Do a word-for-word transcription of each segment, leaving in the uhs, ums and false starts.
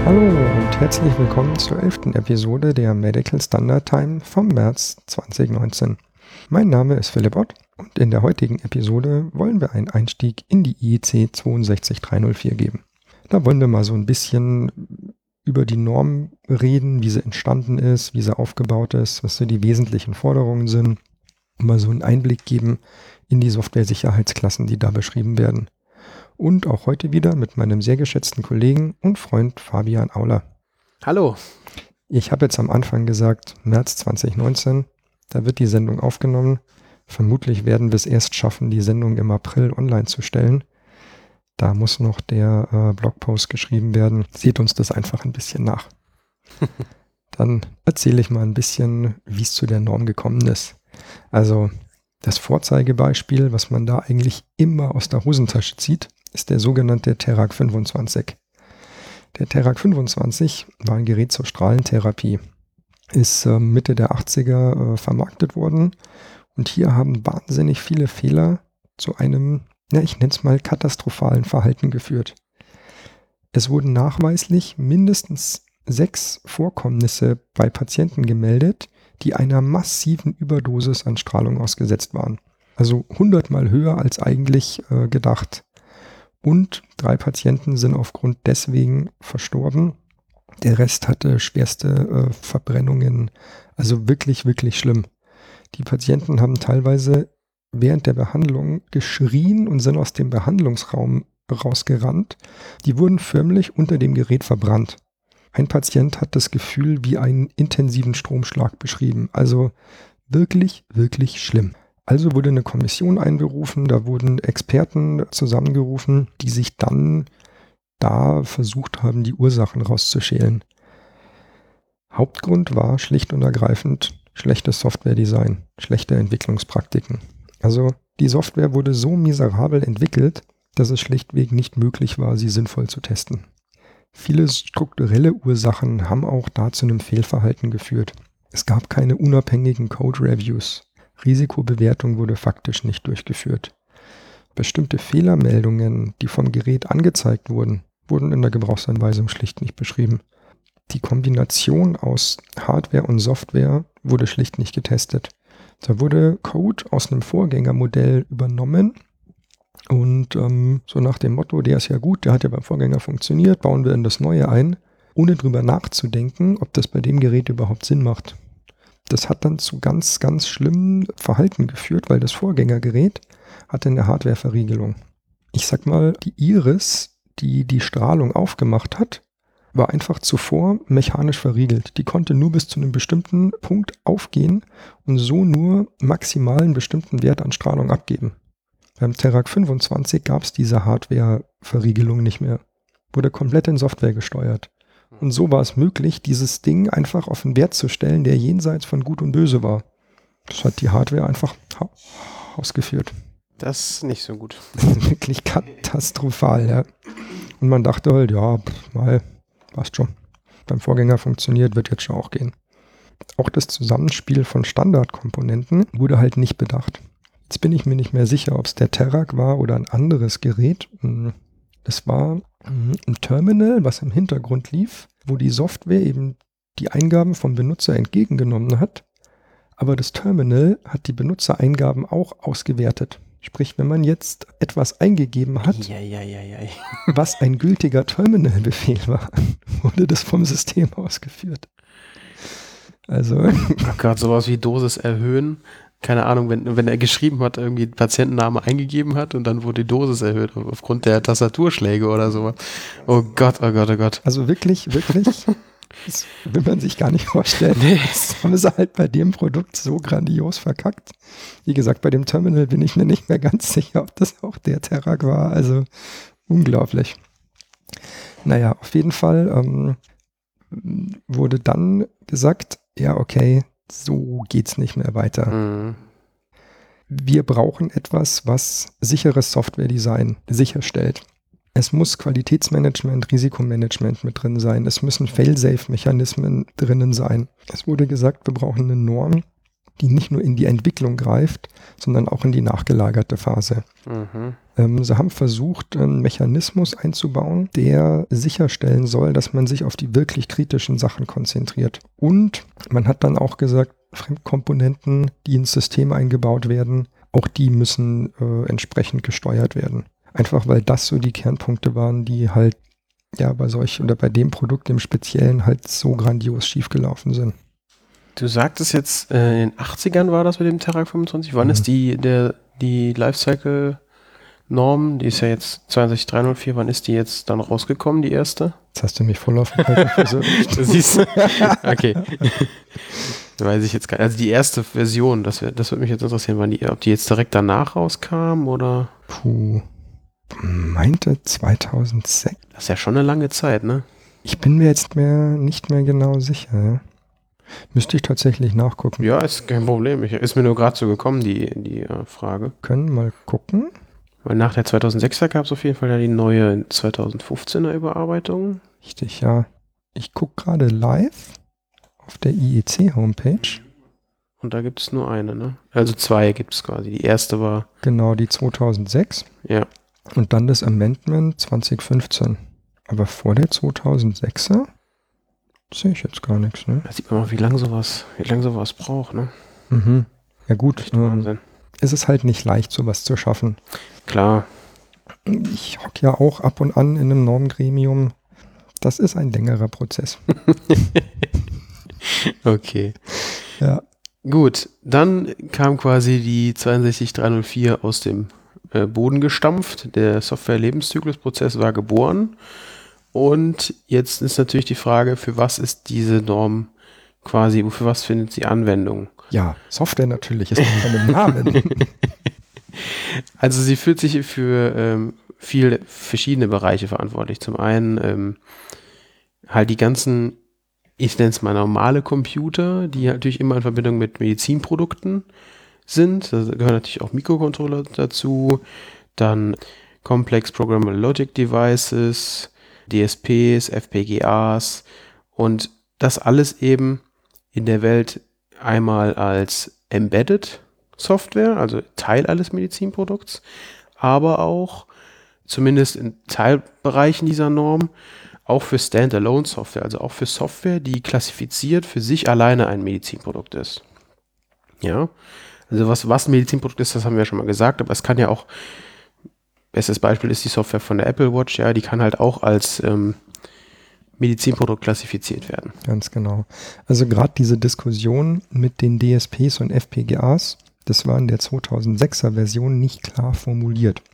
Hallo und herzlich willkommen zur elften Episode der Medical Standard Time vom März zwanzig neunzehn. Mein Name ist Philipp Ott und in der heutigen Episode wollen wir einen Einstieg in die I E C zwei sechs drei null vier geben. Da wollen wir mal so ein bisschen über die Norm reden, wie sie entstanden ist, wie sie aufgebaut ist, was so die wesentlichen Forderungen sind, und mal so einen Einblick geben in die Software-Sicherheitsklassen, die da beschrieben werden. Und auch heute wieder mit meinem sehr geschätzten Kollegen und Freund Fabian Auler. Hallo. Ich habe jetzt am Anfang gesagt, März zwanzig neunzehn, da wird die Sendung aufgenommen. Vermutlich werden wir es erst schaffen, die Sendung im April online zu stellen. Da muss noch der äh, Blogpost geschrieben werden. Seht uns das einfach ein bisschen nach. Dann erzähle ich mal ein bisschen, wie es zu der Norm gekommen ist. Also das Vorzeigebeispiel, was man da eigentlich immer aus der Hosentasche zieht, ist der sogenannte Terac fünfundzwanzig. Der Terac fünfundzwanzig war ein Gerät zur Strahlentherapie. Ist äh, Mitte der achtziger äh, vermarktet worden und hier haben wahnsinnig viele Fehler zu einem, ja, ich nenne es mal katastrophalen Verhalten geführt. Es wurden nachweislich mindestens sechs Vorkommnisse bei Patienten gemeldet, die einer massiven Überdosis an Strahlung ausgesetzt waren. Also hundertmal höher als eigentlich äh, gedacht. Und drei Patienten sind aufgrund deswegen verstorben. Der Rest hatte schwerste äh, Verbrennungen. Also wirklich, wirklich schlimm. Die Patienten haben teilweise während der Behandlung geschrien und sind aus dem Behandlungsraum rausgerannt. Die wurden förmlich unter dem Gerät verbrannt. Ein Patient hat das Gefühl wie einen intensiven Stromschlag beschrieben. Also wirklich, wirklich schlimm. Also wurde eine Kommission einberufen, da wurden Experten zusammengerufen, die sich dann da versucht haben, die Ursachen rauszuschälen. Hauptgrund war schlicht und ergreifend schlechtes Softwaredesign, schlechte Entwicklungspraktiken. Also die Software wurde so miserabel entwickelt, dass es schlichtweg nicht möglich war, sie sinnvoll zu testen. Viele strukturelle Ursachen haben auch da zu einem Fehlverhalten geführt. Es gab keine unabhängigen Code-Reviews. Risikobewertung wurde faktisch nicht durchgeführt. Bestimmte Fehlermeldungen, die vom Gerät angezeigt wurden, wurden in der Gebrauchsanweisung schlicht nicht beschrieben. Die Kombination aus Hardware und Software wurde schlicht nicht getestet. Da wurde Code aus einem Vorgängermodell übernommen und ähm, so nach dem Motto, der ist ja gut, der hat ja beim Vorgänger funktioniert, bauen wir in das Neue ein, ohne drüber nachzudenken, ob das bei dem Gerät überhaupt Sinn macht. Das hat dann zu ganz, ganz schlimmen Verhalten geführt, weil das Vorgängergerät hatte eine Hardwareverriegelung. Ich sag mal, die Iris, die die Strahlung aufgemacht hat, war einfach zuvor mechanisch verriegelt. Die konnte nur bis zu einem bestimmten Punkt aufgehen und so nur maximal einen bestimmten Wert an Strahlung abgeben. Beim Terac fünfundzwanzig gab es diese Hardware-Verriegelung nicht mehr. Wurde komplett in Software gesteuert. Und so war es möglich, dieses Ding einfach auf einen Wert zu stellen, der jenseits von Gut und Böse war. Das hat die Hardware einfach ausgeführt. Das ist nicht so gut. Wirklich katastrophal, ja. Und man dachte halt, ja, pff, mal, passt schon. Beim Vorgänger funktioniert, wird jetzt schon auch gehen. Auch das Zusammenspiel von Standardkomponenten wurde halt nicht bedacht. Jetzt bin ich mir nicht mehr sicher, ob es der Terac war oder ein anderes Gerät. Das war ein Terminal, was im Hintergrund lief, wo die Software eben die Eingaben vom Benutzer entgegengenommen hat, aber das Terminal hat die Benutzereingaben auch ausgewertet. Sprich, wenn man jetzt etwas eingegeben hat, ja, ja, ja, ja. was ein gültiger Terminalbefehl war, wurde das vom System ausgeführt. Also. Oh Gott, sowas wie Dosis erhöhen. Keine Ahnung, wenn, wenn er geschrieben hat, irgendwie Patientenname eingegeben hat und dann wurde die Dosis erhöht aufgrund der Tastaturschläge oder so. Oh Gott, oh Gott, oh Gott. Also wirklich, wirklich, das will man sich gar nicht vorstellen. Nee. Das haben sie halt bei dem Produkt so grandios verkackt. Wie gesagt, bei dem Terminal bin ich mir nicht mehr ganz sicher, ob das auch der Terac war. Also unglaublich. Naja, auf jeden Fall ähm, wurde dann gesagt, ja okay, so geht's nicht mehr weiter. Mhm. Wir brauchen etwas, was sicheres Software-Design sicherstellt. Es muss Qualitätsmanagement, Risikomanagement mit drin sein. Es müssen Fail-Safe-Mechanismen drinnen sein. Es wurde gesagt, wir brauchen eine Norm, die nicht nur in die Entwicklung greift, sondern auch in die nachgelagerte Phase. Mhm. Ähm, sie haben versucht, einen Mechanismus einzubauen, der sicherstellen soll, dass man sich auf die wirklich kritischen Sachen konzentriert. Und man hat dann auch gesagt, Fremdkomponenten, die ins System eingebaut werden, auch die müssen äh, entsprechend gesteuert werden. Einfach weil das so die Kernpunkte waren, die halt ja bei solch oder bei dem Produkt im Speziellen halt so grandios schiefgelaufen sind. Du sagtest jetzt, äh, in den achtzigern war das mit dem Terra fünfundzwanzig. Wann Mhm. ist die, der, die Lifecycle-Norm, die ist ja jetzt zweiundsechzig Punkt drei null vier, wann ist die jetzt dann rausgekommen, die erste? Jetzt hast du mich voll auf den kalten Fuß erwischt. Das siehst du. Okay. Weiß ich jetzt gar nicht. Also die erste Version, das, wär, das würde mich jetzt interessieren, wann die, ob die jetzt direkt danach rauskam oder? Puh, meinte zweitausendsechs. Das ist ja schon eine lange Zeit, ne? Ich bin mir jetzt mehr, nicht mehr genau sicher. Müsste ich tatsächlich nachgucken. Ja, ist kein Problem. Ich, ist mir nur gerade so gekommen, die, die äh, Frage. Können mal gucken. Weil nach der zweitausendsechser gab es auf jeden Fall ja die neue zweitausendfünfzehner Überarbeitung. Richtig, ja. Ich gucke gerade live auf der I E C-Homepage. Und da gibt es nur eine, ne? Also zwei gibt es quasi. Die erste war... Genau, die zweitausendsechs. Ja. Und dann das Amendment zwanzig fünfzehn. Aber vor der zweitausendsechser sehe ich jetzt gar nichts, ne? Da sieht man mal, wie lange sowas, wie lange sowas braucht, ne? Mhm. Ja gut, Echt ähm, Wahnsinn. es ist halt nicht leicht, sowas zu schaffen. Klar. Ich hocke ja auch ab und an in einem Normgremium. Das ist ein längerer Prozess. Okay. Ja. Gut, dann kam quasi die zweiundsechzig Punkt drei null vier aus dem äh, Boden gestampft. Der Software-Lebenszyklusprozess war geboren. Und jetzt ist natürlich die Frage, für was ist diese Norm quasi, für was findet sie Anwendung? Ja, Software natürlich, ist von dem Namen. Also sie fühlt sich für ähm, viele verschiedene Bereiche verantwortlich. Zum einen ähm, halt die ganzen, ich nenne es mal normale Computer, die natürlich immer in Verbindung mit Medizinprodukten sind. Da gehören natürlich auch Mikrocontroller dazu. Dann Complex Programmable Logic Devices, D S Ps, F P G As und das alles eben in der Welt einmal als Embedded Software, also Teil eines Medizinprodukts, aber auch zumindest in Teilbereichen dieser Norm auch für Standalone Software, also auch für Software, die klassifiziert für sich alleine ein Medizinprodukt ist. Ja, also was, was ein Medizinprodukt ist, das haben wir ja schon mal gesagt, aber es kann ja auch, bestes Beispiel ist die Software von der Apple Watch, ja, die kann halt auch als ähm, Medizinprodukt klassifiziert werden. Ganz genau. Also gerade diese Diskussion mit den D S Ps und F P G As, das war in der zweitausendsechser Version nicht klar formuliert.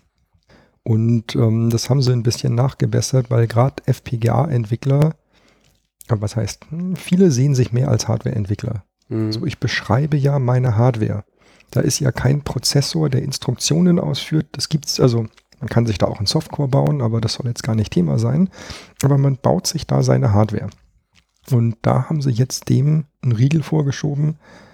Und ähm, das haben sie ein bisschen nachgebessert, weil gerade F P G A-Entwickler, was heißt, viele sehen sich mehr als Hardware-Entwickler. Mhm. Also ich beschreibe ja meine Hardware. Da ist ja kein Prozessor, der Instruktionen ausführt. Das gibt's, also man kann sich da auch einen Softcore bauen, aber das soll jetzt gar nicht Thema sein. Aber man baut sich da seine Hardware. Und da haben sie jetzt dem einen Riegel vorgeschoben.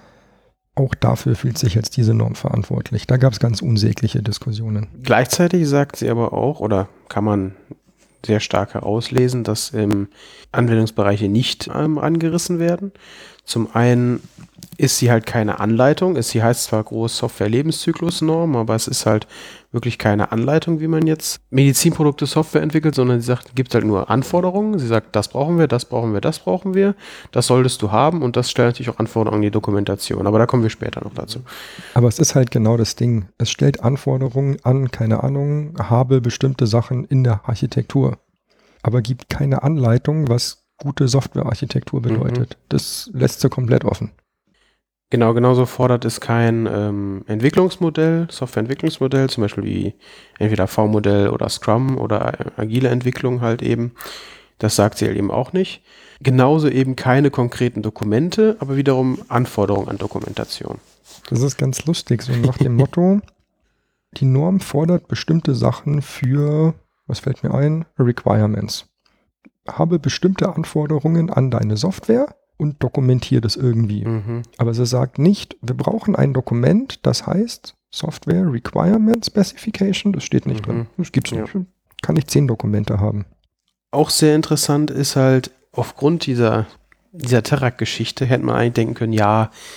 Auch dafür fühlt sich jetzt diese Norm verantwortlich. Da gab es ganz unsägliche Diskussionen. Gleichzeitig sagt sie aber auch, oder kann man sehr stark herauslesen, dass ähm, Anwendungsbereiche nicht ähm, angerissen werden. Zum einen ist sie halt keine Anleitung. Sie heißt zwar groß Software-Lebenszyklusnorm, aber es ist halt wirklich keine Anleitung, wie man jetzt Medizinprodukte Software entwickelt, sondern sie sagt, gibt halt nur Anforderungen. Sie sagt, das brauchen wir, das brauchen wir, das brauchen wir. Das solltest du haben und das stellt natürlich auch Anforderungen an die Dokumentation. Aber da kommen wir später noch dazu. Aber es ist halt genau das Ding. Es stellt Anforderungen an, keine Ahnung, habe bestimmte Sachen in der Architektur. Aber gibt keine Anleitung, was gute Softwarearchitektur bedeutet. Mhm. Das lässt sie komplett offen. Genau, genauso fordert es kein ähm, Entwicklungsmodell, Softwareentwicklungsmodell, zum Beispiel wie entweder V-Modell oder Scrum oder agile Entwicklung halt eben. Das sagt sie halt eben auch nicht. Genauso eben keine konkreten Dokumente, aber wiederum Anforderungen an Dokumentation. Das ist ganz lustig, so nach dem Motto, die Norm fordert bestimmte Sachen für, was fällt mir ein, Requirements. Habe bestimmte Anforderungen an deine Software und dokumentiere das irgendwie. Mhm. Aber sie sagt nicht, wir brauchen ein Dokument, das heißt Software Requirement Specification, das steht nicht Mhm. drin. Das gibt's Ja. nicht. Kann ich zehn Dokumente haben. Auch sehr interessant ist halt, aufgrund dieser, dieser Terac-Geschichte hätte man eigentlich denken können, ja,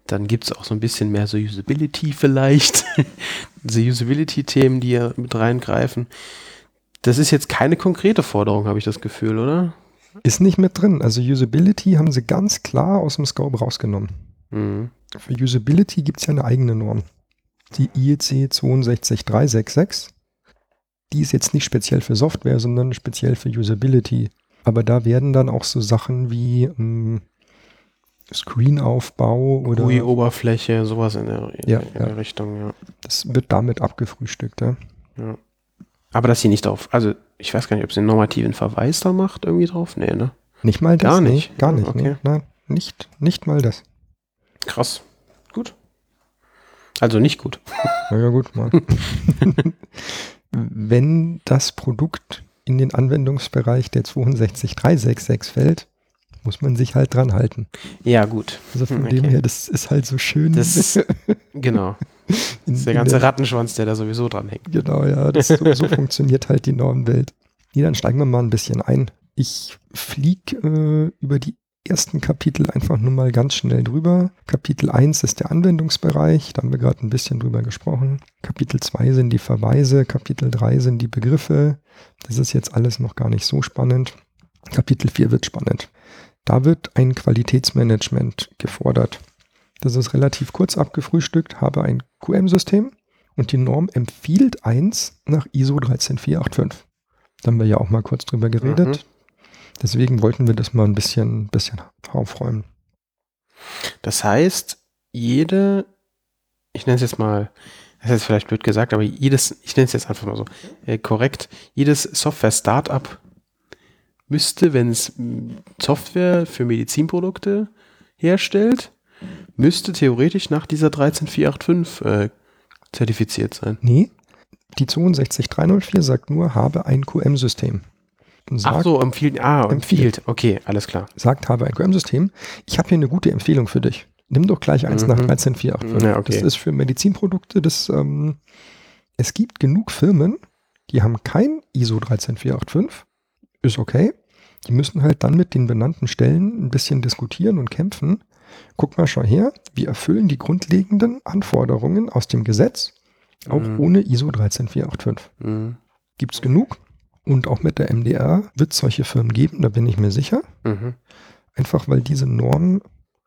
Dann gibt es auch so ein bisschen mehr so Usability vielleicht. Diese Usability-Themen, die ja mit reingreifen. Das ist jetzt keine konkrete Forderung, habe ich das Gefühl, oder? Ist nicht mit drin. Also Usability haben sie ganz klar aus dem Scope rausgenommen. Mhm. Für Usability gibt es ja eine eigene Norm. Die I E C zwei sechs drei sechs sechs. Die ist jetzt nicht speziell für Software, sondern speziell für Usability. Aber da werden dann auch so Sachen wie ähm, Screenaufbau oder G U I-Oberfläche, sowas in der, in ja, der ja. Richtung, ja. Das wird damit abgefrühstückt, ja. ja. Aber dass sie nicht auf, also ich weiß gar nicht, ob sie einen normativen Verweis da macht, irgendwie drauf? Nee, ne? Nicht mal das? Gar nicht. Nee, gar nicht, Okay. nee. Nein, nicht, nicht mal das. Krass. Gut. Also nicht gut. Na ja, gut, mal. Wenn das Produkt in den Anwendungsbereich der zwei sechs drei sechs sechs fällt, muss man sich halt dran halten. Ja, gut. Also von Okay. dem her, das ist halt so schön. Das ist, genau. Das in, ist der in ganze der, Rattenschwanz, der da sowieso dran hängt. Genau, ja, das, so, so funktioniert halt die Normenwelt. Nee, dann steigen wir mal ein bisschen ein. Ich fliege äh, über die ersten Kapitel einfach nur mal ganz schnell drüber. Kapitel eins ist der Anwendungsbereich, da haben wir gerade ein bisschen drüber gesprochen. Kapitel zwei sind die Verweise, Kapitel drei sind die Begriffe. Das ist jetzt alles noch gar nicht so spannend. Kapitel vier wird spannend. Da wird ein Qualitätsmanagement gefordert. Das ist relativ kurz abgefrühstückt, habe ein Q M-System und die Norm empfiehlt eins nach I S O drei drei vier acht fünf. Da haben wir ja auch mal kurz drüber geredet. Mhm. Deswegen wollten wir das mal ein bisschen, bisschen aufräumen. Das heißt, jede, ich nenne es jetzt mal, das ist jetzt vielleicht blöd gesagt, aber jedes, ich nenne es jetzt einfach mal so, äh, korrekt, jedes Software-Startup müsste, wenn es Software für Medizinprodukte herstellt, müsste theoretisch nach dieser drei drei vier acht fünf äh, zertifiziert sein. Nee, die zwei sechs drei null vier sagt nur, habe ein Q M-System. Sagt, Ach so, empfiehlt, ah, empfiehlt. empfiehlt, okay, alles klar. Sagt, habe ein Q M-System. Ich habe hier eine gute Empfehlung für dich. Nimm doch gleich eins Mhm. nach drei drei vier acht fünf. Ja, okay. Das ist für Medizinprodukte, das, ähm, es gibt genug Firmen, die haben kein I S O drei drei vier acht fünf. Ist okay. Die müssen halt dann mit den benannten Stellen ein bisschen diskutieren und kämpfen. Guck mal, schau her, wir erfüllen die grundlegenden Anforderungen aus dem Gesetz, auch Mhm. ohne I S O drei drei vier acht fünf. Mhm. Gibt es genug? Und auch mit der M D R wird es solche Firmen geben, da bin ich mir sicher. Mhm. Einfach weil diese Norm,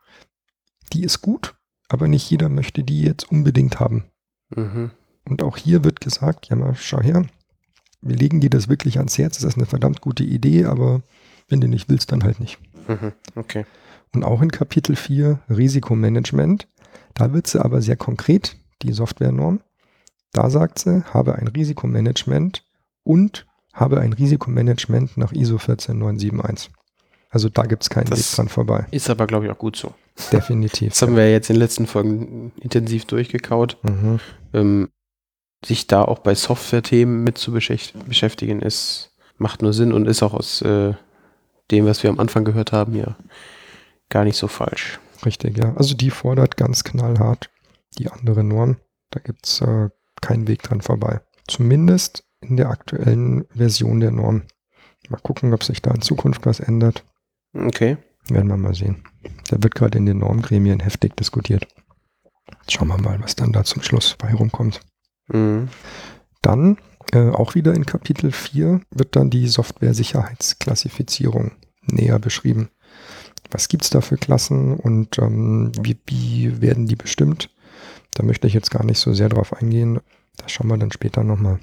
die ist gut, aber nicht jeder möchte die jetzt unbedingt haben. Mhm. Und auch hier wird gesagt, ja mal, schau her, wir legen dir das wirklich ans Herz, das ist eine verdammt gute Idee, aber wenn du nicht willst, dann halt nicht. Mhm. Okay. Und auch in Kapitel vier Risikomanagement, da wird sie aber sehr konkret, die Softwarenorm. Da sagt sie, habe ein Risikomanagement und habe ein Risikomanagement nach I S O eins vier neun sieben eins. Also da gibt es keinen Das Weg dran vorbei. Ist aber, glaube ich, auch gut so. Definitiv. Das haben wir ja jetzt in den letzten Folgen intensiv durchgekaut. Mhm. Ähm, sich da auch bei Software-Themen mit zu beschäft- beschäftigen, ist, macht nur Sinn und ist auch aus äh, dem, was wir am Anfang gehört haben, ja gar nicht so falsch. Richtig, ja. Also die fordert ganz knallhart die andere Norm. Da gibt es äh, keinen Weg dran vorbei. Zumindest in der aktuellen Version der Norm. Mal gucken, ob sich da in Zukunft was ändert. Okay. Werden wir mal sehen. Da wird gerade in den Normgremien heftig diskutiert. Schauen wir mal, was dann da zum Schluss bei rumkommt. Mhm. Dann, äh, auch wieder in Kapitel vier, wird dann die Software-Sicherheitsklassifizierung näher beschrieben. Was gibt es da für Klassen und ähm, wie, wie werden die bestimmt? Da möchte ich jetzt gar nicht so sehr drauf eingehen. Das schauen wir dann später nochmal.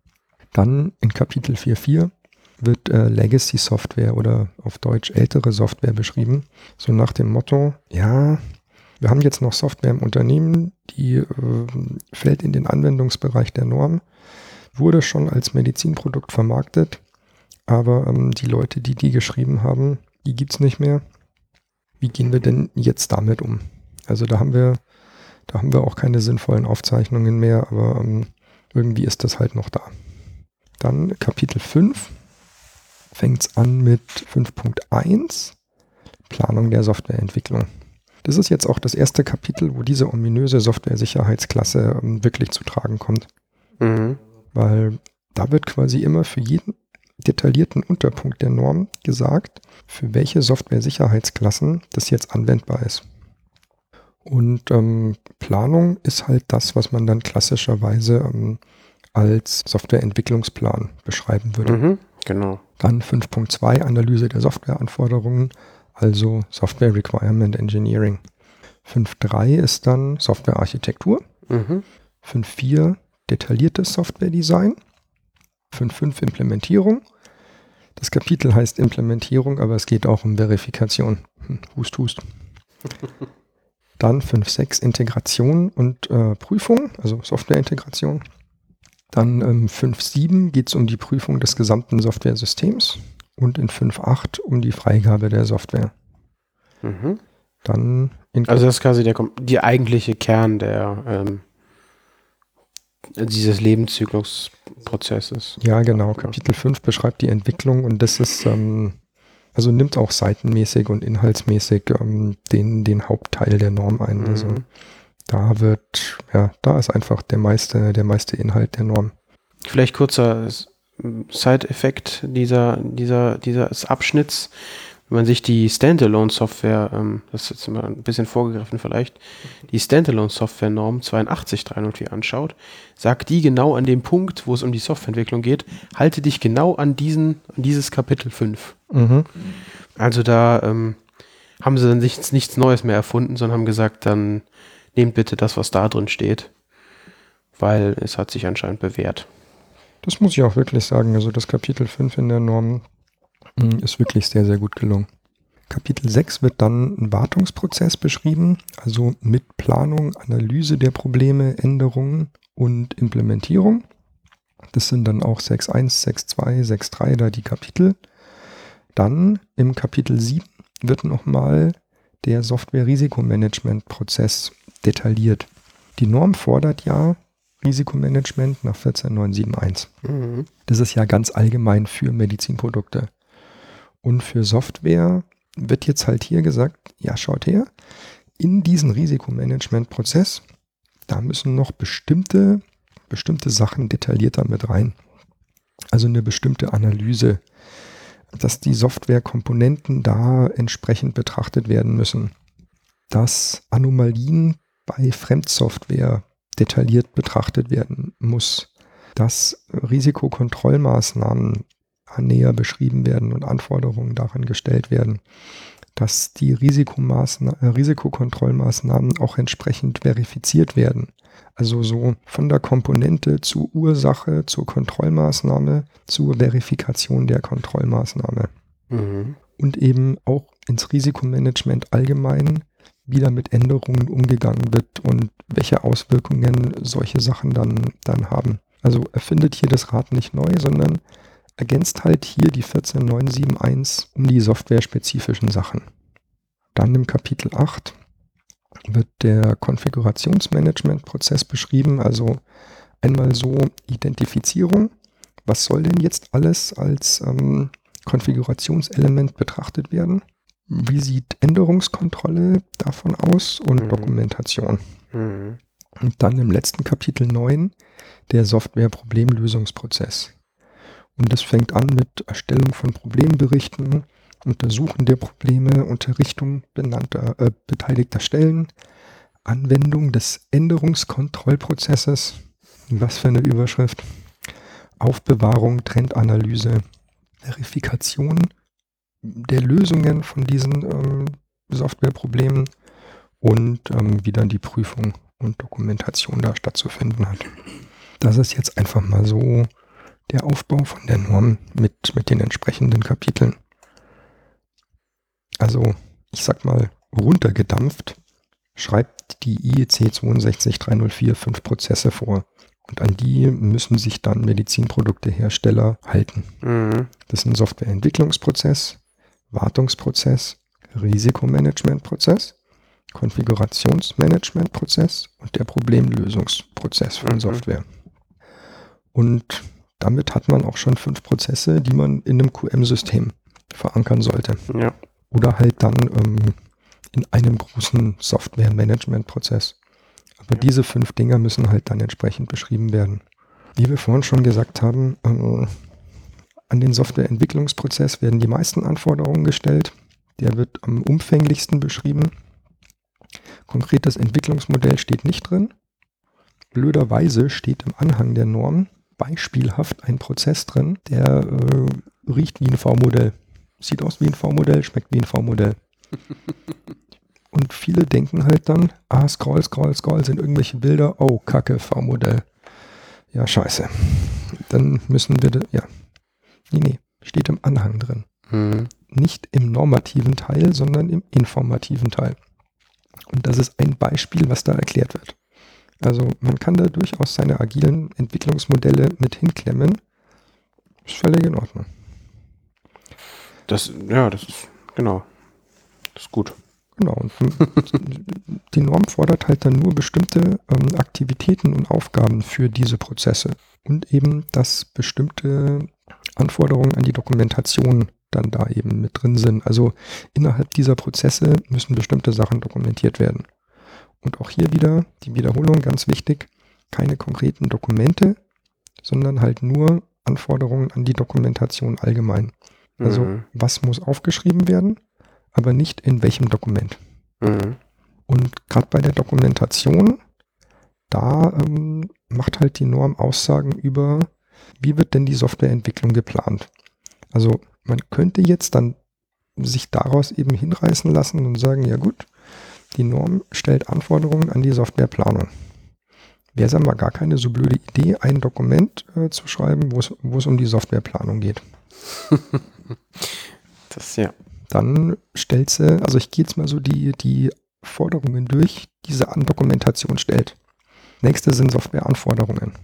Dann in Kapitel vier Punkt vier wird äh, Legacy Software oder auf Deutsch ältere Software beschrieben. So nach dem Motto, ja, wir haben jetzt noch Software im Unternehmen, die äh, fällt in den Anwendungsbereich der Norm, wurde schon als Medizinprodukt vermarktet, aber ähm, die Leute, die die geschrieben haben, die gibt es nicht mehr. Wie gehen wir denn jetzt damit um? Also da haben wir, da haben wir auch keine sinnvollen Aufzeichnungen mehr, aber ähm, irgendwie ist das halt noch da. Dann Kapitel fünf fängt es an mit fünf Punkt eins, Planung der Softwareentwicklung. Das ist jetzt auch das erste Kapitel, wo diese ominöse Software-Sicherheitsklasse ähm, wirklich zu tragen kommt. Mhm. Weil da wird quasi immer für jeden detaillierten Unterpunkt der Norm gesagt, für welche Software-Sicherheitsklassen das jetzt anwendbar ist. Und ähm, Planung ist halt das, was man dann klassischerweise ähm, als Softwareentwicklungsplan beschreiben würde. Mhm, genau. Dann fünf Punkt zwei Analyse der Softwareanforderungen, also Software Requirement Engineering. fünf Punkt drei ist dann Softwarearchitektur. Mhm. fünf Punkt vier detailliertes Software-Design. fünf Punkt fünf Implementierung. Das Kapitel heißt Implementierung, aber es geht auch um Verifikation. Hm, hust, hust. Dann fünf Punkt sechs Integration und äh, Prüfung, also Softwareintegration. Dann ähm, fünf Punkt sieben geht es um die Prüfung des gesamten Softwaresystems und in fünf Punkt acht um die Freigabe der Software. Mhm. Dann in Also das ist quasi der, die eigentliche Kern der ähm, dieses Lebenszyklusprozesses. Ja, genau. Kapitel fünf beschreibt die Entwicklung und das ist, ähm, also nimmt auch seitenmäßig und inhaltsmäßig ähm, den, den Hauptteil der Norm ein. Mhm. Also da wird, ja, da ist einfach der meiste, der meiste Inhalt der Norm. Vielleicht kurzer Side-Effekt dieser, dieser, dieses Abschnitts. Wenn man sich die Standalone-Software, ähm, das ist jetzt mal ein bisschen vorgegriffen vielleicht, die Standalone-Software-Norm zwei acht drei null vier anschaut, sagt die genau an dem Punkt, wo es um die Softwareentwicklung geht, halte dich genau an diesen, an dieses Kapitel fünf. Mhm. Also da ähm, haben sie dann nichts, nichts Neues mehr erfunden, sondern haben gesagt, dann nehmt bitte das, was da drin steht, weil es hat sich anscheinend bewährt. Das muss ich auch wirklich sagen. Also das Kapitel fünf in der Norm ist wirklich sehr, sehr gut gelungen. Kapitel sechs wird dann ein Wartungsprozess beschrieben, also mit Planung, Analyse der Probleme, Änderungen und Implementierung. Das sind dann auch sechs Punkt eins, sechs Punkt zwei, sechs Punkt drei da die Kapitel. Dann im Kapitel sieben wird nochmal der Software-Risikomanagement-Prozess detailliert. Die Norm fordert ja Risikomanagement nach vierzehn neun sieben eins. Mhm. Das ist ja ganz allgemein für Medizinprodukte. Und für Software wird jetzt halt hier gesagt, ja, schaut her, in diesen Risikomanagement-Prozess, da müssen noch bestimmte, bestimmte Sachen detaillierter mit rein. Also eine bestimmte Analyse, dass die Softwarekomponenten da entsprechend betrachtet werden müssen. Dass Anomalien bei Fremdsoftware detailliert betrachtet werden muss. Dass Risikokontrollmaßnahmen näher beschrieben werden und Anforderungen daran gestellt werden, dass die Risikomaßna- äh, Risikokontrollmaßnahmen auch entsprechend verifiziert werden. Also so von der Komponente zur Ursache, zur Kontrollmaßnahme, zur Verifikation der Kontrollmaßnahme. Mhm. Und eben auch ins Risikomanagement allgemein, wie da mit Änderungen umgegangen wird und welche Auswirkungen solche Sachen dann, dann haben. Also erfindet hier das Rad nicht neu, sondern ergänzt halt hier die vierzehn neun sieben eins um die softwarespezifischen Sachen. Dann im Kapitel acht wird der Konfigurationsmanagement-Prozess beschrieben, also einmal so Identifizierung, was soll denn jetzt alles als ähm, Konfigurationselement betrachtet werden? Wie sieht Änderungskontrolle davon aus und Mhm. Dokumentation? Mhm. Und dann im letzten Kapitel neun der Software-Problemlösungsprozess. Und das fängt an mit Erstellung von Problemberichten, Untersuchen der Probleme, Unterrichtung benannter, äh, beteiligter Stellen, Anwendung des Änderungskontrollprozesses, was für eine Überschrift, Aufbewahrung, Trendanalyse, Verifikation der Lösungen von diesen ähm, Softwareproblemen und ähm, wie dann die Prüfung und Dokumentation da stattzufinden hat. Das ist jetzt einfach mal so der Aufbau von der Norm mit, mit den entsprechenden Kapiteln. Also, ich sag mal, runtergedampft, schreibt die I E C zwei sechs drei null vier fünf Prozesse vor. Und an die müssen sich dann Medizinproduktehersteller halten. Mhm. Das sind Softwareentwicklungsprozess, Wartungsprozess, Risikomanagementprozess, Konfigurationsmanagementprozess und der Problemlösungsprozess von Mhm. Software. Und damit hat man auch schon fünf Prozesse, die man in einem Q M-System verankern sollte. Ja. Oder halt dann ähm, in einem großen Software-Management-Prozess. Aber Ja. diese fünf Dinger müssen halt dann entsprechend beschrieben werden. Wie wir vorhin schon gesagt haben, ähm, an den Softwareentwicklungsprozess werden die meisten Anforderungen gestellt. Der wird am umfänglichsten beschrieben. Konkretes Entwicklungsmodell steht nicht drin. Blöderweise steht im Anhang der Norm beispielhaft ein Prozess drin, der äh, riecht wie ein V-Modell. Sieht aus wie ein V-Modell, schmeckt wie ein V-Modell. Und viele denken halt dann, ah, scroll, scroll, scroll, sind irgendwelche Bilder, oh, Kacke, V-Modell. Ja, scheiße. Dann müssen wir, ja, nee, nee, steht im Anhang drin. Mhm. Nicht im normativen Teil, sondern im informativen Teil. Und das ist ein Beispiel, was da erklärt wird. Also man kann da durchaus seine agilen Entwicklungsmodelle mit hinklemmen. Ist völlig in Ordnung. Das, ja, das ist, genau. Das ist gut. Genau. Und die Norm fordert halt dann nur bestimmte ähm, Aktivitäten und Aufgaben für diese Prozesse. Und eben, dass bestimmte Anforderungen an die Dokumentation dann da eben mit drin sind. Also innerhalb dieser Prozesse müssen bestimmte Sachen dokumentiert werden. Und auch hier wieder die Wiederholung, ganz wichtig, keine konkreten Dokumente, sondern halt nur Anforderungen an die Dokumentation allgemein. Also Mhm. was muss aufgeschrieben werden, aber nicht in welchem Dokument. Mhm. Und gerade bei der Dokumentation, da ähm, macht halt die Norm Aussagen über, wie wird denn die Softwareentwicklung geplant. Also man könnte jetzt dann sich daraus eben hinreißen lassen und sagen, ja gut, die Norm stellt Anforderungen an die Softwareplanung. Wäre es aber gar keine so blöde Idee, ein Dokument äh, zu schreiben, wo es wo es um die Softwareplanung geht. Das, ja. Dann stellt sie, also ich gehe jetzt mal so die, die Forderungen durch, die diese an Dokumentation stellt. Nächste sind Softwareanforderungen.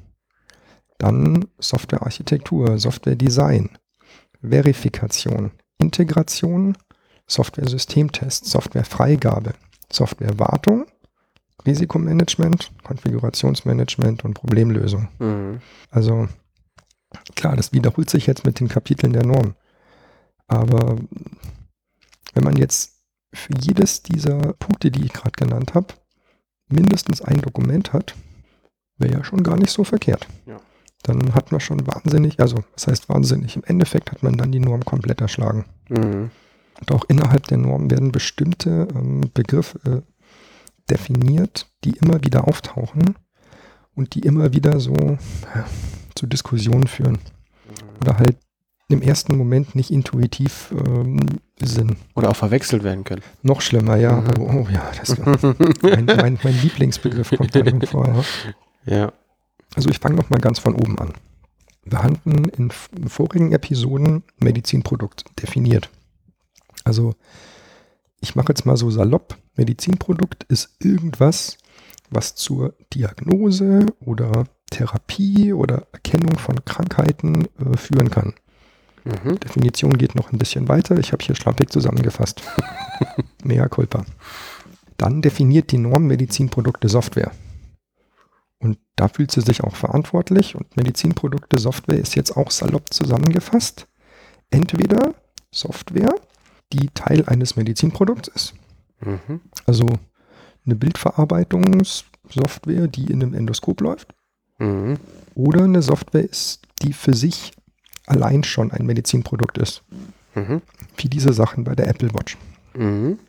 Dann Softwarearchitektur, Softwaredesign, Verifikation, Integration, Software-Systemtest, Softwarefreigabe, Softwarewartung, Risikomanagement, Konfigurationsmanagement und Problemlösung. Mhm. Also klar, das wiederholt sich jetzt mit den Kapiteln der Norm. Aber wenn man jetzt für jedes dieser Punkte, die ich gerade genannt habe, mindestens ein Dokument hat, wäre ja schon gar nicht so verkehrt. Ja. Dann hat man schon wahnsinnig, also was heißt wahnsinnig, im Endeffekt hat man dann die Norm komplett erschlagen. Mhm. Und auch innerhalb der Norm werden bestimmte ähm, Begriffe äh, definiert, die immer wieder auftauchen und die immer wieder so ja, zu Diskussionen führen. Oder halt im ersten Moment nicht intuitiv ähm, sind. Oder auch verwechselt werden können. Noch schlimmer, ja. Mhm. Oh, oh ja, das war mein, mein, mein Lieblingsbegriff kommt da drin vor. Ja. Ja. Also ich fange nochmal ganz von oben an. Wir hatten in vorigen Episoden Medizinprodukt definiert. Also ich mache jetzt mal so salopp, Medizinprodukt ist irgendwas, was zur Diagnose oder Therapie oder Erkennung von Krankheiten äh, führen kann. Mhm. Definition geht noch ein bisschen weiter. Ich habe hier schlampig zusammengefasst. Mea culpa. Dann definiert die Norm Medizinprodukte Software. Und da fühlt sie sich auch verantwortlich. Und Medizinprodukte Software ist jetzt auch salopp zusammengefasst. Entweder Software, die Teil eines Medizinprodukts ist. Mhm. Also eine Bildverarbeitungssoftware, die in einem Endoskop läuft. Mhm. Oder eine Software ist, die für sich allein schon ein Medizinprodukt ist. Mhm. Wie diese Sachen bei der Apple Watch. Mhm.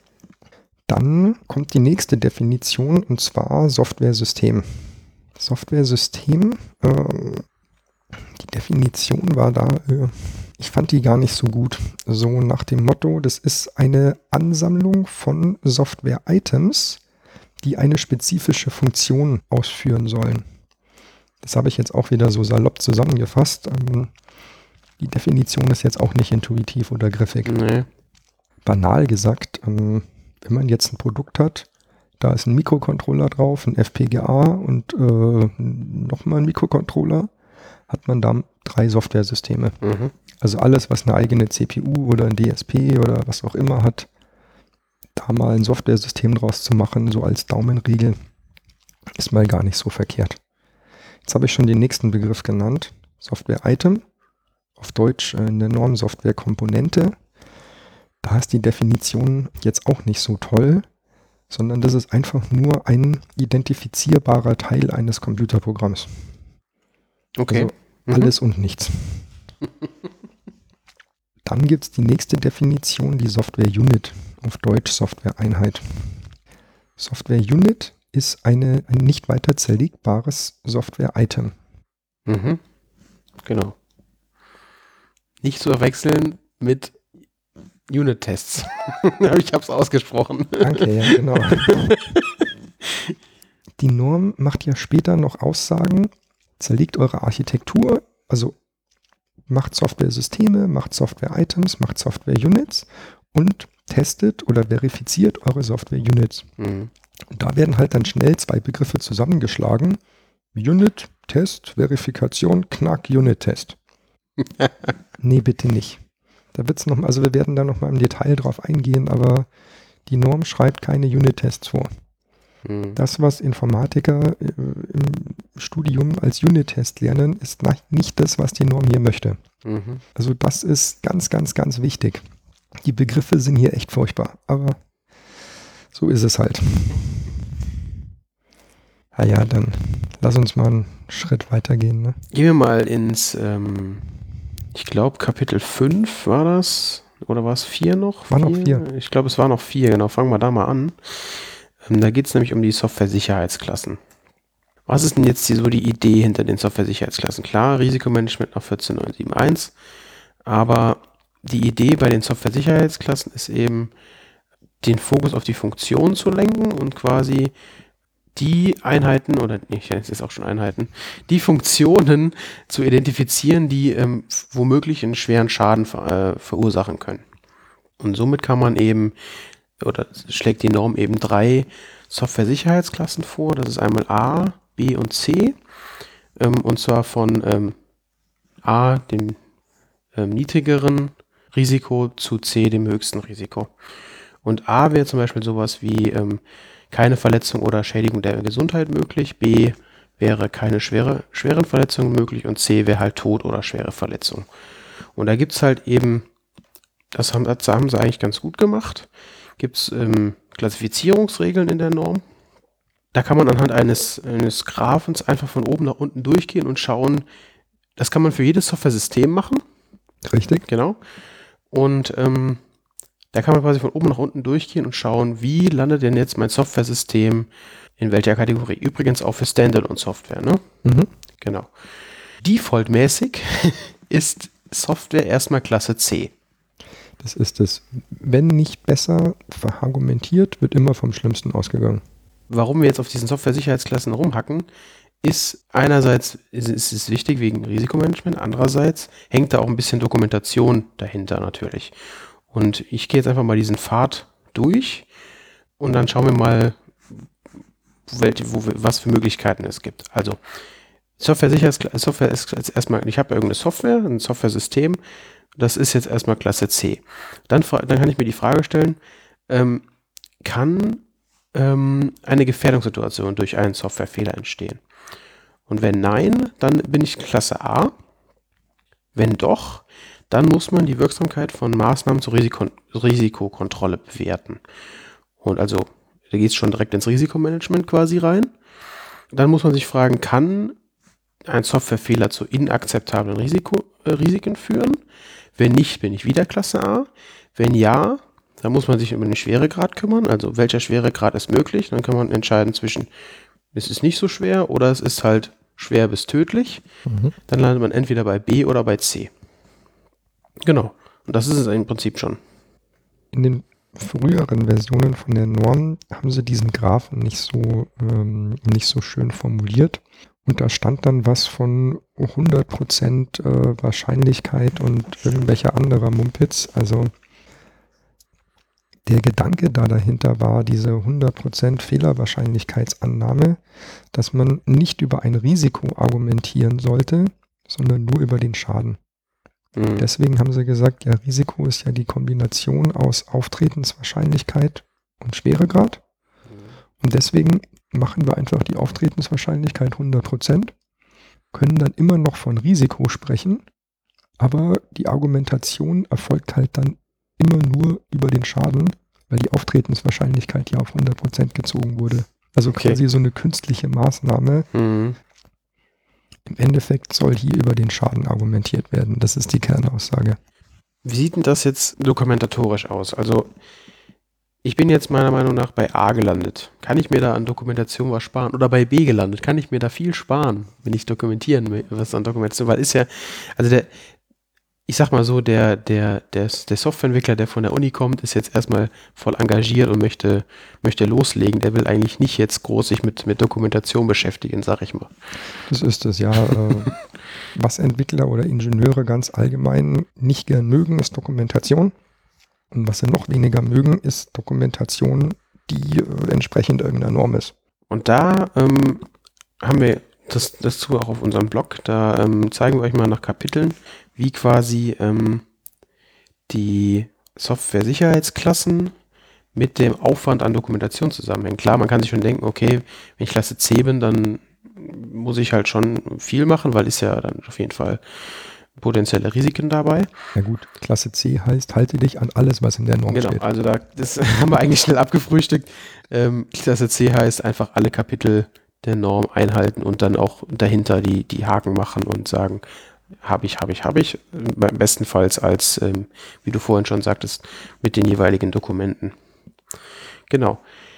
Dann kommt die nächste Definition und zwar Software-System. Software-System, äh, die Definition war da, äh, ich fand die gar nicht so gut. So nach dem Motto, das ist eine Ansammlung von Software-Items, die eine spezifische Funktion ausführen sollen. Das habe ich jetzt auch wieder so salopp zusammengefasst. Ähm, die Definition ist jetzt auch nicht intuitiv oder griffig. Nee. Banal gesagt, ähm, wenn man jetzt ein Produkt hat, da ist ein Mikrocontroller drauf, ein F P G A und äh, nochmal ein Mikrocontroller, hat man da drei Softwaresysteme. Mhm. Also alles, was eine eigene C P U oder ein D S P oder was auch immer hat, da mal ein Softwaresystem draus zu machen, so als Daumenregel, ist mal gar nicht so verkehrt. Jetzt habe ich schon den nächsten Begriff genannt, Software-Item, auf Deutsch in der Norm Software-Komponente. Da ist die Definition jetzt auch nicht so toll, sondern das ist einfach nur ein identifizierbarer Teil eines Computerprogramms. Okay. Also Mhm. alles und nichts. Dann gibt es die nächste Definition, die Software-Unit, auf Deutsch Software-Einheit. Software-Unit ist eine, ein nicht weiter zerlegbares Software-Item. Mhm. Genau. Nicht zu verwechseln mit Unit-Tests. Ich habe es ausgesprochen. Danke, ja, genau. Die Norm macht ja später noch Aussagen, zerlegt eure Architektur, also macht Software-Systeme, macht Software-Items, macht Software-Units und testet oder verifiziert eure Software-Units. Mhm. Und da werden halt dann schnell zwei Begriffe zusammengeschlagen. Unit, Test, Verifikation, Knack, Unit-Test. Nee, bitte nicht. Da wird's noch, also wir werden da nochmal im Detail drauf eingehen, aber die Norm schreibt keine Unit-Tests vor. Mhm. Das, was Informatiker äh, im Studium als Unit-Test lernen, ist nicht das, was die Norm hier möchte. Mhm. Also das ist ganz, ganz, ganz wichtig. Die Begriffe sind hier echt furchtbar, aber so ist es halt. Na ja, dann lass uns mal einen Schritt weitergehen. Ne? Gehen wir mal ins, ähm, ich glaube Kapitel fünf war das, oder war es vier noch? War noch vier. Ich glaube, es war noch vier, genau. Fangen wir da mal an. Ähm, da geht es nämlich um die Software-Sicherheitsklassen. Was ist denn jetzt die, so die Idee hinter den Software-Sicherheitsklassen? Klar, Risikomanagement nach vierzehn neun sieben eins, aber die Idee bei den Software-Sicherheitsklassen ist eben, den Fokus auf die Funktion zu lenken und quasi die Einheiten, oder nicht, es ist auch schon Einheiten, die Funktionen zu identifizieren, die ähm, womöglich einen schweren Schaden ver, äh, verursachen können. Und somit kann man eben, oder schlägt die Norm eben drei Software-Sicherheitsklassen vor. Das ist einmal A, B und C. Ähm, und zwar von ähm, A, dem ähm, niedrigeren Risiko, zu C, dem höchsten Risiko. Und A wäre zum Beispiel sowas wie ähm, keine Verletzung oder Schädigung der Gesundheit möglich, B wäre keine schwere, schweren Verletzungen möglich und C wäre halt Tod oder schwere Verletzung. Und da gibt es halt eben, das haben, das haben sie eigentlich ganz gut gemacht, gibt es ähm, Klassifizierungsregeln in der Norm. Da kann man anhand eines, eines Graphens einfach von oben nach unten durchgehen und schauen, das kann man für jedes Software-System machen. Richtig. Genau. Und ähm, da kann man quasi von oben nach unten durchgehen und schauen, wie landet denn jetzt mein Software-System in welcher Kategorie. Übrigens auch für Standalone-Software, ne? Mhm. Genau. Defaultmäßig ist Software erstmal Klasse C. Das ist es. Wenn nicht besser verargumentiert, wird immer vom Schlimmsten ausgegangen. Warum wir jetzt auf diesen Software-Sicherheitsklassen rumhacken, ist einerseits ist, ist es wichtig wegen Risikomanagement, andererseits hängt da auch ein bisschen Dokumentation dahinter natürlich. Und ich gehe jetzt einfach mal diesen Pfad durch und dann schauen wir mal, welche, wo, was für Möglichkeiten es gibt. Also Software-Sicherheitsklasse, Software ist jetzt erstmal, ich habe irgendeine Software, ein Software-System, das ist jetzt erstmal Klasse C. Dann, dann kann ich mir die Frage stellen, ähm, kann ähm, eine Gefährdungssituation durch einen Softwarefehler entstehen? Und wenn nein, dann bin ich Klasse A. Wenn doch, dann muss man die Wirksamkeit von Maßnahmen zur Risiko Risikokontrolle bewerten. Und also, da geht es schon direkt ins Risikomanagement quasi rein. Dann muss man sich fragen, kann ein Softwarefehler zu inakzeptablen Risiko, äh, Risiken führen? Wenn nicht, bin ich wieder Klasse A. Wenn ja, dann muss man sich um den Schweregrad kümmern. Also welcher Schweregrad ist möglich? Dann kann man entscheiden zwischen, es ist nicht so schwer oder es ist halt schwer bis tödlich. Mhm. Dann landet man entweder bei B oder bei C. Genau. Und das ist es im Prinzip schon. In den früheren Versionen von der Norm haben sie diesen Graphen nicht so, ähm, nicht so schön formuliert. Und da stand dann was von hundert Prozent äh, Wahrscheinlichkeit und irgendwelcher anderer Mumpitz. Also der Gedanke da dahinter war diese hundert Prozent Fehlerwahrscheinlichkeitsannahme, dass man nicht über ein Risiko argumentieren sollte, sondern nur über den Schaden. Mhm. Deswegen haben sie gesagt, ja, Risiko ist ja die Kombination aus Auftretenswahrscheinlichkeit und Schweregrad. Mhm. Und deswegen machen wir einfach die Auftretenswahrscheinlichkeit hundert Prozent, können dann immer noch von Risiko sprechen, aber die Argumentation erfolgt halt dann immer nur über den Schaden, weil die Auftretenswahrscheinlichkeit ja auf hundert Prozent gezogen wurde. Also okay. Quasi so eine künstliche Maßnahme. Mhm. Im Endeffekt soll hier über den Schaden argumentiert werden. Das ist die Kernaussage. Wie sieht denn das jetzt dokumentatorisch aus? Also ich bin jetzt meiner Meinung nach bei A gelandet. Kann ich mir da an Dokumentation was sparen? Oder bei B gelandet? Kann ich mir da viel sparen, wenn ich dokumentieren will, was an Dokumentation? Weil ist ja, also der, ich sag mal so, der, der, der, der Softwareentwickler, der von der Uni kommt, ist jetzt erstmal voll engagiert und möchte, möchte loslegen. Der will eigentlich nicht jetzt groß sich mit, mit Dokumentation beschäftigen, sag ich mal. Das ist es, ja. äh, was Entwickler oder Ingenieure ganz allgemein nicht gern mögen, ist Dokumentation. Und was sie noch weniger mögen, ist Dokumentation, die äh, entsprechend irgendeiner Norm ist. Und da ähm, haben wir das dazu auch auf unserem Blog. Da ähm, zeigen wir euch mal nach Kapiteln, wie quasi ähm, die Software-Sicherheitsklassen mit dem Aufwand an Dokumentation zusammenhängen. Klar, man kann sich schon denken, okay, wenn ich Klasse C bin, dann muss ich halt schon viel machen, weil ist ja dann auf jeden Fall potenzielle Risiken dabei. Ja gut, Klasse C heißt, halte dich an alles, was in der Norm genau, steht. Also da, das haben wir eigentlich schnell abgefrühstückt. Ähm, Klasse C heißt einfach alle Kapitel der Norm einhalten und dann auch dahinter die, die Haken machen und sagen, habe ich, habe ich, habe ich. Bestenfalls als, ähm, wie du vorhin schon sagtest, mit den jeweiligen Dokumenten. Genau.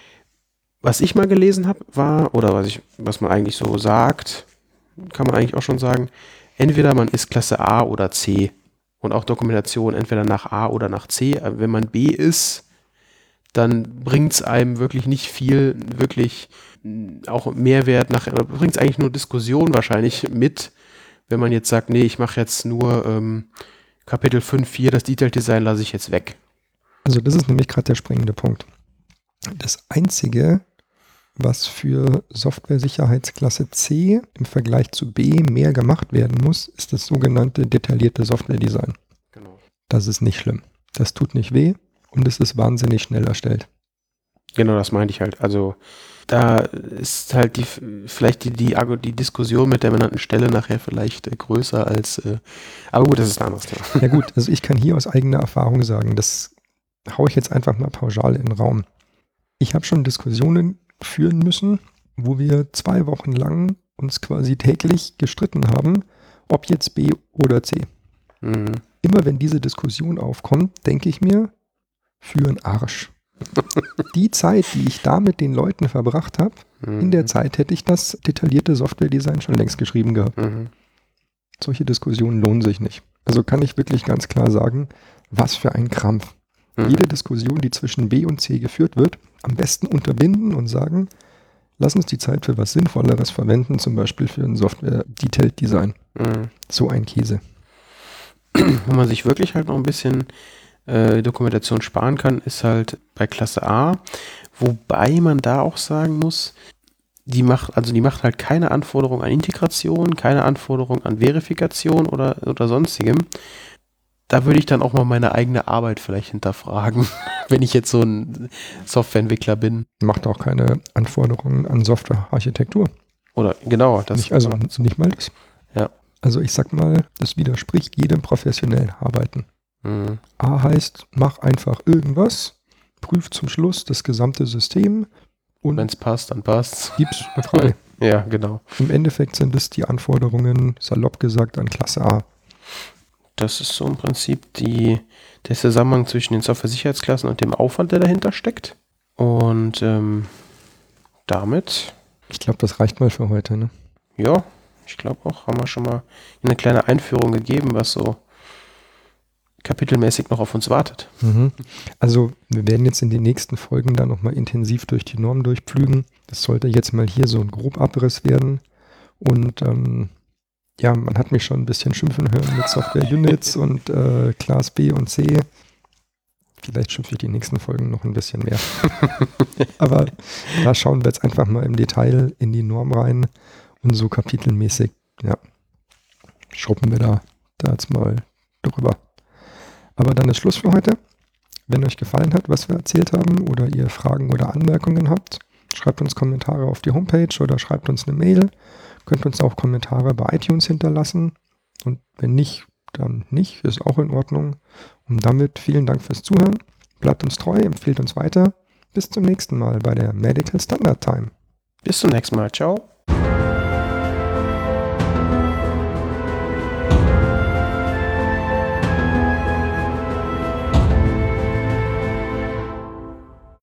Was ich mal gelesen habe, war, oder was ich, was man eigentlich so sagt, kann man eigentlich auch schon sagen, entweder man ist Klasse A oder C und auch Dokumentation entweder nach A oder nach C. Wenn man B ist, dann bringt es einem wirklich nicht viel, wirklich auch Mehrwert, nach, bringt es eigentlich nur Diskussion wahrscheinlich mit, wenn man jetzt sagt, nee, ich mache jetzt nur ähm, Kapitel fünf Punkt vier, das Detailed Design lasse ich jetzt weg. Also das ist nämlich gerade der springende Punkt. Das Einzige, was für Software-Sicherheitsklasse C im Vergleich zu B mehr gemacht werden muss, ist das sogenannte detaillierte Software-Design. Genau. Das ist nicht schlimm. Das tut nicht weh und es ist wahnsinnig schnell erstellt. Genau, das meinte ich halt. Also da ist halt die vielleicht die, die, die Diskussion mit der benannten Stelle nachher vielleicht äh, größer als, äh, aber gut, das ist ein anderes Thema. Ja gut, also ich kann hier aus eigener Erfahrung sagen, das haue ich jetzt einfach mal pauschal in den Raum. Ich habe schon Diskussionen führen müssen, wo wir zwei Wochen lang uns quasi täglich gestritten haben, ob jetzt B oder C. Mhm. Immer wenn diese Diskussion aufkommt, denke ich mir, für einen Arsch. Die Zeit, die ich da mit den Leuten verbracht habe, mhm. in der Zeit hätte ich das detaillierte Software-Design schon längst geschrieben gehabt. Mhm. Solche Diskussionen lohnen sich nicht. Also kann ich wirklich ganz klar sagen, was für ein Krampf. Mhm. Jede Diskussion, die zwischen B und C geführt wird, am besten unterbinden und sagen, lass uns die Zeit für was Sinnvolleres verwenden, zum Beispiel für ein Software-Detailed Design. Mhm. So ein Käse. Wo man sich wirklich halt noch ein bisschen äh, Dokumentation sparen kann, ist halt bei Klasse A, wobei man da auch sagen muss, die macht, also die macht halt keine Anforderung an Integration, keine Anforderung an Verifikation oder, oder sonstigem. Da würde ich dann auch mal meine eigene Arbeit vielleicht hinterfragen, wenn ich jetzt so ein Softwareentwickler bin. Macht auch keine Anforderungen an Softwarearchitektur. Oder genau, das nicht, also nicht mal das. Ja. Also ich sag mal, das widerspricht jedem professionellen Arbeiten. Mhm. A heißt, mach einfach irgendwas, prüf zum Schluss das gesamte System und wenn es passt, dann passt's. Gib's frei. Ja, genau. Im Endeffekt sind es die Anforderungen, salopp gesagt, an Klasse A. Das ist so im Prinzip die, der Zusammenhang zwischen den Software-Sicherheitsklassen und dem Aufwand, der dahinter steckt. Und ähm, damit... Ich glaube, das reicht mal für heute, ne? Ja, ich glaube auch, haben wir schon mal eine kleine Einführung gegeben, was so kapitelmäßig noch auf uns wartet. Mhm. Also wir werden jetzt in den nächsten Folgen dann nochmal intensiv durch die Norm durchpflügen. Das sollte jetzt mal hier so ein Grobabriss werden. Und ähm, ja, man hat mich schon ein bisschen schimpfen hören mit Software-Units und äh, Class B und C. Vielleicht schimpfe ich die nächsten Folgen noch ein bisschen mehr. Aber da schauen wir jetzt einfach mal im Detail in die Norm rein und so kapitelmäßig, ja, schrubben wir da, da jetzt mal drüber. Aber dann ist Schluss für heute. Wenn euch gefallen hat, was wir erzählt haben oder ihr Fragen oder Anmerkungen habt, schreibt uns Kommentare auf die Homepage oder schreibt uns eine Mail. Könnt uns auch Kommentare bei iTunes hinterlassen. Und wenn nicht, dann nicht. Ist auch in Ordnung. Und damit vielen Dank fürs Zuhören. Bleibt uns treu, empfehlt uns weiter. Bis zum nächsten Mal bei der Medical Standard Time. Bis zum nächsten Mal. Ciao.